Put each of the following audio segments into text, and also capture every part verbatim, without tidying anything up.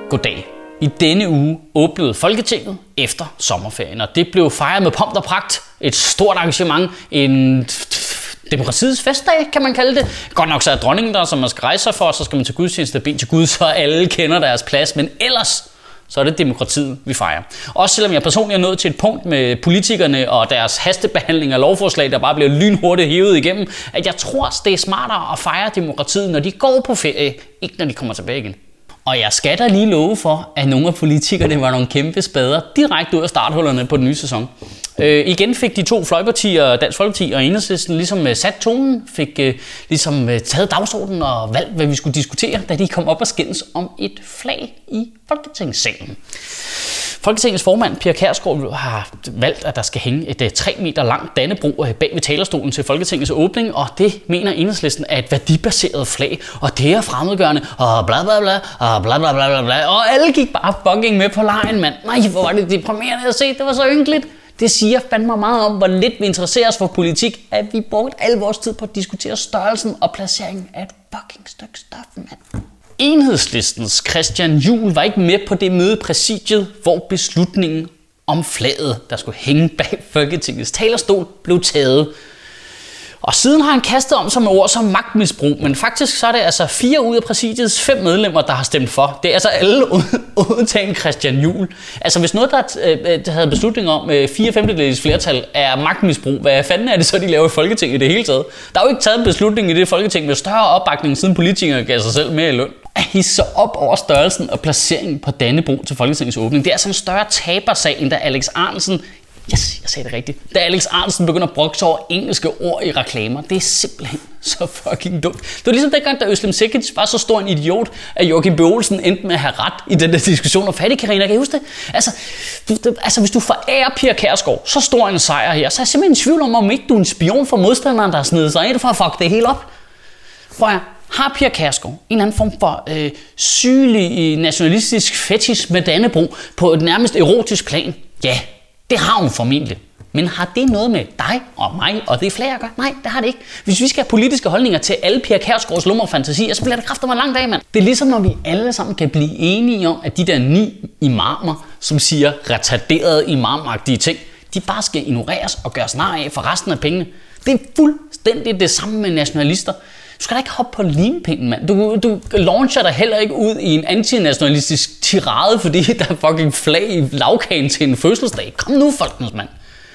Goddag. I denne uge åbnede Folketinget efter sommerferien, og det blev fejret med pomp og pragt. Et stort arrangement, en demokratiets festdag, kan man kalde det. Godt nok så er dronningen der, som man skal rejse sig for, så skal man til gudstjeneste og bede til Gud, så alle kender deres plads, men ellers så er det demokratiet, vi fejrer. Også selvom jeg personligt er nået til et punkt med politikerne og deres hastebehandling af lovforslag, der bare bliver lynhurtigt hævet igennem, at jeg tror, det er smartere at fejre demokratiet, når de går på ferie, ikke når de kommer tilbage igen. Og jeg skal da lige love for, at nogle af politikerne var nogle kæmpe spader direkte ud af starthullerne på den nye sæson. Øh, igen fik de to fløjpartier, Dansk Folkeparti og Enhedslisten, ligesom sat tonen, fik øh, ligesom øh, taget dagsordenen og valgt, hvad vi skulle diskutere, da de kom op og skændes om et flag i Folketingssalen. Folketingets formand, Pia Kjærsgaard, har valgt, at der skal hænge et tre meter langt Dannebrog bag ved talerstolen til Folketingets åbning, og det mener Enhedslisten er et værdibaseret flag, og det er fremmedgørende, og bla bla bla, og bla bla bla bla bla, og alle gik bare fucking med på lejen, mand. Nej, hvor var det deprimerende at se, det var så ynkeligt. Det siger fandme meget om, hvor lidt vi interesserer os for politik, at vi brugte al vores tid på at diskutere størrelsen og placeringen af et fucking stykke stof, mand. Enhedslistens Christian Juhl var ikke med på det møde præsidiet, hvor beslutningen om flaget, der skulle hænge bag Folketingets talerstol, blev taget. Og siden har han kastet om sig med ord som magtmisbrug, men faktisk så er det altså fire ud af præsidiets fem medlemmer, der har stemt for. Det er altså alle undtagen Christian Juhl. Altså hvis noget, der, der havde beslutning om fire femtedeles flertal er magtmisbrug, hvad fanden er det så, de laver i Folketinget i det hele taget? Der er jo ikke taget en beslutning i det Folketing med større opbakning, siden politikere gav sig selv mere i løn. At hisse op over størrelsen og placeringen på Dannebrog til Folketingets åbning, det er altså en større tabersag, end da Alex Ahrendtsen Yes, jeg sagde det rigtigt. Da Alex Ahrendtsen begynder at brokke sig over engelske ord i reklamer, det er simpelthen så fucking dumt. Det var ligesom dengang, da Özlem Cekic var så stor en idiot, at Joachim B. Olsen endte med at have ret i den der diskussion om fattigkarina. Kan I huske det? Altså, du, det, altså hvis du forærer Pia Kjærsgaard så stor en sejr her, så er jeg simpelthen i tvivl om, om ikke du er en spion for modstanderen, der har snedet sig ind for at fuck det hele op. For jeg har Pia Kjærsgaard en anden form for øh, sygelig nationalistisk fetish med Dannebrog på et nærmest erotisk plan? Ja. Det har hun formentlig. Men har det noget med dig og mig og det flag at gøre? Nej, det har det ikke. Hvis vi skal have politiske holdninger til alle Pia Kjærsgaards lummer og fantasier, så bliver det kræfter mig langt af, mand. Det er ligesom, når vi alle sammen kan blive enige om, at de der ni imamer, som siger retarderede imamagtige ting, de bare skal ignoreres og gøres nar af for resten af pengene. Det er fuldstændig det samme med nationalister. Du skal da ikke hoppe på limpinden, mand. Du, du launcher dig heller ikke ud i en antinationalistisk tirade, fordi der er fucking flag i lavkagen til en fødselsdag. Kom nu, folkens, mand.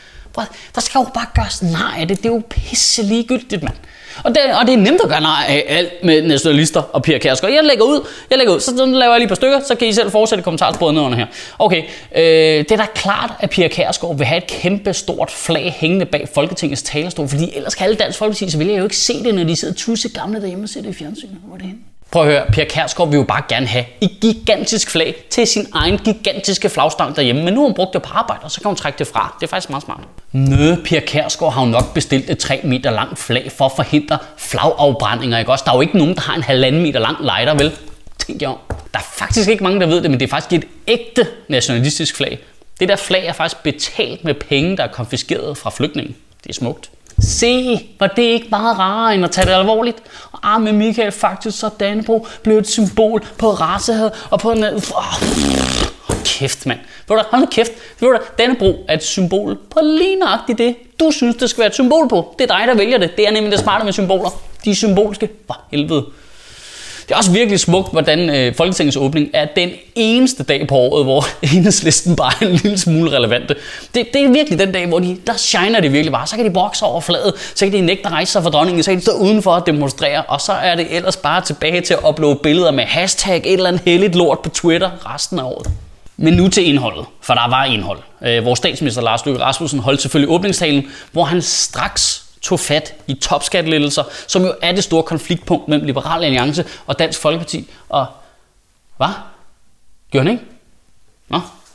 Der skal jo bare gøres nar af det. Det er jo pisse ligegyldigt, mand. Og det, og det er nemt at gøre nar af alt med nationalister og Pia Kjærsgaard. Jeg lægger ud, jeg lægger ud, så laver jeg lige et par stykker, så kan I selv fortsætte kommentarsporet nedenunder her. Okay, øh, det er da klart, at Pia Kjærsgaard vil have et kæmpe stort flag hængende bag Folketingets talerstol, fordi ellers kan alle Dansk Folkeparti, så vil jeg jo ikke se det, når de sidder tusse gamle derhjemme og ser det i fjernsynet. Hvor er det henne? Prøv at høre, Pia Kjærsgaard vil jo bare gerne have et gigantisk flag til sin egen gigantiske flagstang derhjemme, men nu har hun brugt det på arbejde, og så kan hun trække det fra. Det er faktisk meget smart. Nø, Pia Kjærsgaard har jo nok bestilt et tre meter langt flag for at forhindre flagafbrændinger, ikke også? Der er jo ikke nogen, der har en halvanden meter lang lighter, vel? Tænk jer om. Der er faktisk ikke mange, der ved det, men det er faktisk et ægte nationalistisk flag. Det der flag er faktisk betalt med penge, der er konfiskeret fra flygtninge. Det er smukt. Se, var det ikke meget rarere end at tage det alvorligt? Ah, men Michael, faktisk så Dannebrog blev et symbol på racehad og på en... Oh, hold kæft, mand. Hold nu kæft. Dannebrog er et symbol på lige nøjagtigt det, du synes, det skal være et symbol på. Det er dig, der vælger det. Det er nemlig det smarte med symboler. De er symbolske. For helvede. Det er også virkelig smukt, hvordan øh, Folketingets åbning er den eneste dag på året, hvor Enhedslisten bare er en lille smule relevante. Det, det er virkelig den dag, hvor de, der shiner det virkelig bare. Så kan de bokse over flaget, så kan de nægte at rejse sig for dronningen, så kan de stå udenfor og demonstrere, og så er det ellers bare tilbage til at uploade billeder med hashtag et eller andet helligt lort på Twitter resten af året. Men nu til indholdet, for der var indhold. Øh, vores statsminister Lars Løkke Rasmussen holdt selvfølgelig åbningstalen, hvor han straks tog fat i topskattelettelser, som jo er det store konfliktpunkt mellem Liberal Alliance og Dansk Folkeparti. Og hvad? Gjorde han ikke? Nå.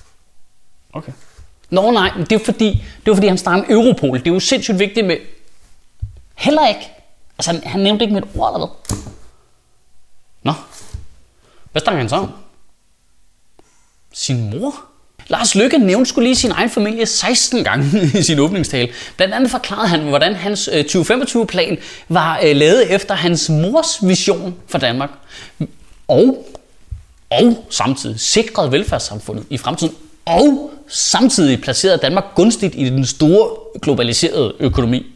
Okay. Nå nej, men det er jo fordi, det er fordi han snakker om Europol. Det er jo sindssygt vigtigt med... Heller ikke. Altså han, han nævnte ikke med et ord eller hvad? Nå. Hvad snakker han så om? Sin mor? Lars Løkke nævnte skulle lige sin egen familie seksten gange i sin åbningstale. Blandt andet forklarede han, hvordan hans tyve femogtyve-plan var lavet efter hans mors vision for Danmark. Og og samtidig sikret velfærdssamfundet i fremtiden, og samtidig placeret Danmark gunstigt i den store globaliserede økonomi.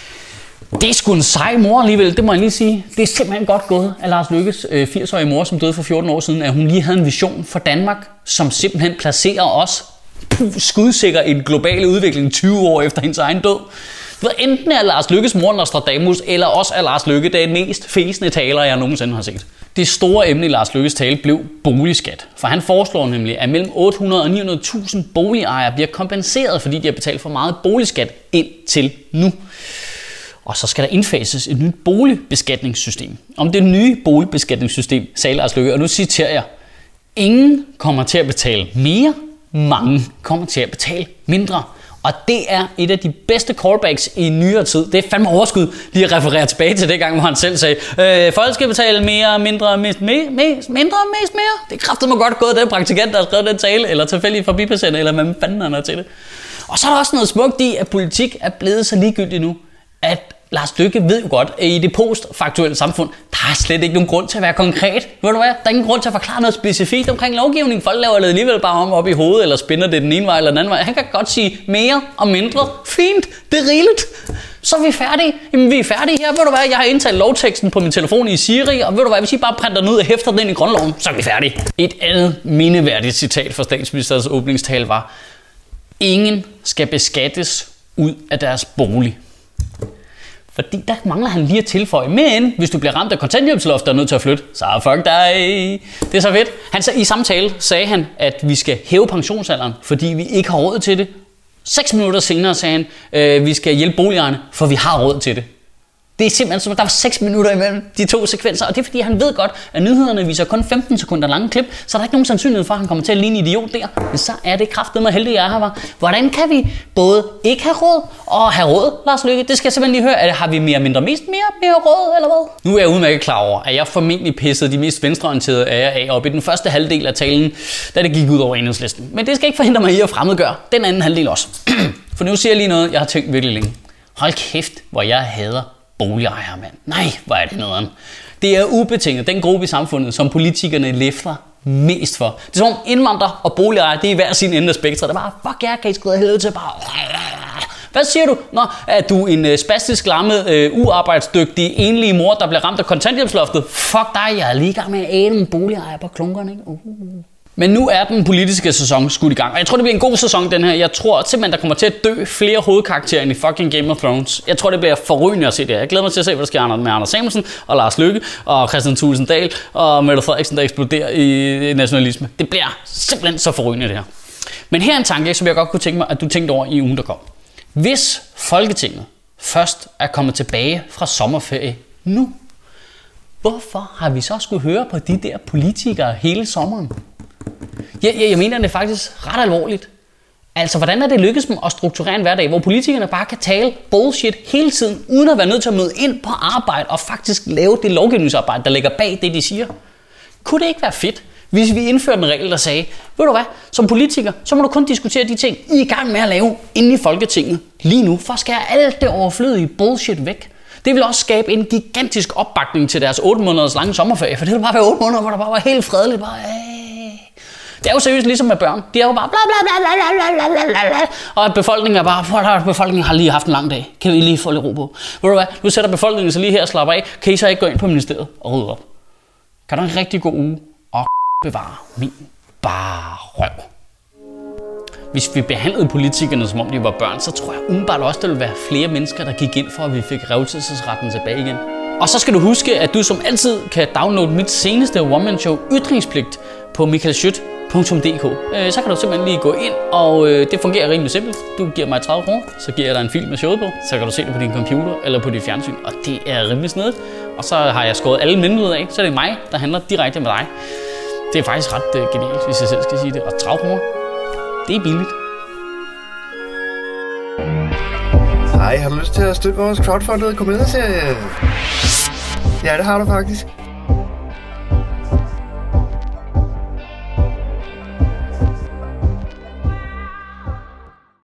Det er sgu en sej mor alligevel, det må jeg lige sige. Det er simpelthen godt gået af Lars Løkkes øh, firs-årige mor, som døde for fjorten år siden, at hun lige havde en vision for Danmark, som simpelthen placerer os skudsikker i den globale udvikling tyve år efter hendes egen død. Enten er Lars Løkkes mor Nostradamus, eller også er Lars Løkke den mest fæsende taler, jeg nogensinde har set. Det store emne i Lars Løkkes tale blev boligskat. For han foreslår nemlig, at mellem otte hundrede og ni hundrede tusind boligejere bliver kompenseret, fordi de har betalt for meget boligskat indtil nu. Og så skal der indfases et nyt boligbeskatningssystem. Om det nye boligbeskatningssystem, sagde Lars Løkke, og nu citerer jeg: ingen kommer til at betale mere, mange kommer til at betale mindre. Og det er et af de bedste callbacks i nyere tid. Det er fandme overskud lige at referere tilbage til det gang, hvor han selv sagde, øh, folk skal betale mere, mindre, mest, me, mest, mindre, mest, mere. Det er kraftedeme godt gået, den praktikant, der har skrevet den tale, eller tilfældig forbipasserende, eller hvad fanden han er til det. Og så er der også noget smukt i, at politik er blevet så ligegyldigt nu, at Lars Løkke ved jo godt, at i det postfaktuelle samfund, der er slet ikke nogen grund til at være konkret. Ved du hvad? Der er ingen grund til at forklare noget specifikt omkring lovgivning. Folk laver det alligevel bare om op i hovedet, eller spænder det den ene vej eller den anden vej. Han kan godt sige mere og mindre. Fint, det er rigeligt. Så er vi færdige. Jamen, vi er færdige her. Ved du hvad? Jeg har indtalt lovteksten på min telefon i Siri, og ved du hvad? Hvis I bare printer den ud og hæfter den ind i grundloven, så er vi færdige. Et andet mindeværdigt citat fra statsministerens åbningstale var: ingen skal beskattes ud af deres bolig. Fordi der mangler han lige at tilføje, men hvis du bliver ramt af kontanthjælpsloftet og er nødt til at flytte, så fuck dig. Det er så fedt. Han sagde, i samtale sagde han, at vi skal hæve pensionsalderen, fordi vi ikke har råd til det. Seks minutter senere sagde han, at vi skal hjælpe boligejerne, for vi har råd til det. Det er simpelthen som, at der var seks minutter imellem de to sekvenser, og det er fordi, han ved godt, at nyhederne viser kun femten sekunder lange klip, så der er ikke nogen sandsynlighed for, at han kommer til at ligne en idiot der. Men så er det kraftedeme heldig, jeg her var. Hvordan kan vi både ikke have råd og have råd, Lars Løkke? Det skal jeg simpelthen lige høre. Er det, har vi mere, mindre, mest, mere, mere råd, eller hvad? Nu er jeg udmærket klar over, at jeg formentlig pissede de mest venstreorienterede af jer af op i den første halvdel af talen, da det gik ud over Enhedslisten. Men det skal ikke forhindre mig i at fremmedgøre den anden halvdel også. For nu siger jeg lige noget, jeg har tænkt virkelig længe. Hold kæft, hvor jeg hader boligejere, mand. Nej, hvor er det nederen. Det er ubetinget den gruppe i samfundet, som politikerne læfter mest for. Det er som om indvandrere og boligejere, det er i hver sin ende af spektret. Der er bare, fuck jer, kan I skride helvede til bare... Hvad siger du? Nå, er du en spastisk lammet, øh, uarbejdsdygtig, enlig mor, der bliver ramt af kontanthjælpsloftet? Fuck dig, jeg er lige i gang med at æde nogle boligejere på klunkerne, ikke? Uh. Men nu er den politiske sæson skudt i gang, og jeg tror, det bliver en god sæson, den her. Jeg tror simpelthen, der kommer til at dø flere hovedkarakterer end i fucking Game of Thrones. Jeg tror, det bliver forrygende at se det her. Jeg glæder mig til at se, hvad der sker med Anders Samuelsen og Lars Løkke og Christian Thulesen Dahl og Mette Frederiksen, der eksploderer i nationalisme. Det bliver simpelthen så forrygende, det her. Men her er en tanke, som jeg godt kunne tænke mig, at du tænkte over i ugen, der kom. Hvis Folketinget først er kommet tilbage fra sommerferie nu, hvorfor har vi så skulle høre på de der politikere hele sommeren? Jeg, jeg, jeg mener det er faktisk ret alvorligt. Altså, hvordan er det lykkes dem at strukturere en hverdag, hvor politikerne bare kan tale bullshit hele tiden, uden at være nødt til at møde ind på arbejde og faktisk lave det lovgivningsarbejde, der ligger bag det, de siger? Kunne det ikke være fedt, hvis vi indførte en regel, der sagde, ved du hvad, som politiker, så må du kun diskutere de ting, I er i gang med at lave inde i Folketinget lige nu, for at skære alt det overflødige bullshit væk. Det vil også skabe en gigantisk opbakning til deres otte måneders lange sommerferie, for det vil bare være otte måneder, hvor der bare var helt fredeligt, bare... Det er jo seriøst ligesom med børn. De er jo bare bla bla bla bla bla bla bla, og befolkningen er bare, for befolkningen har lige haft en lang dag. Kan vi lige få lidt ro på? Ved du hvad? Nu sætter befolkningen sig lige her og slapper af. Kan I så ikke gå ind på ministeriet og rydde op? Kan du en rigtig god uge og bevare min bare røv? Hvis vi behandlede politikerne, som om de var børn, så tror jeg umiddelbart også, der ville være flere mennesker, der gik ind for, at vi fik revtelsesretten tilbage igen. Og så skal du huske, at du som altid kan downloade mit seneste one-man-show Ytringspligt på michael schødt punktum d k. Så kan du simpelthen lige gå ind, og det fungerer rimelig simpelt. Du giver mig tredive kroner, så giver jeg dig en film med showet på. Så kan du se det på din computer eller på dit fjernsyn, og det er rimelig snedigt. Og så har jeg skåret alle mindre af, så er det mig, der handler direkte med dig. Det er faktisk ret uh, genialt, hvis jeg selv skal sige det. Og tredive kroner, det er billigt. Hej, har du lyst til at støtte vores crowdfundede komedieserie? Ja, det har du faktisk.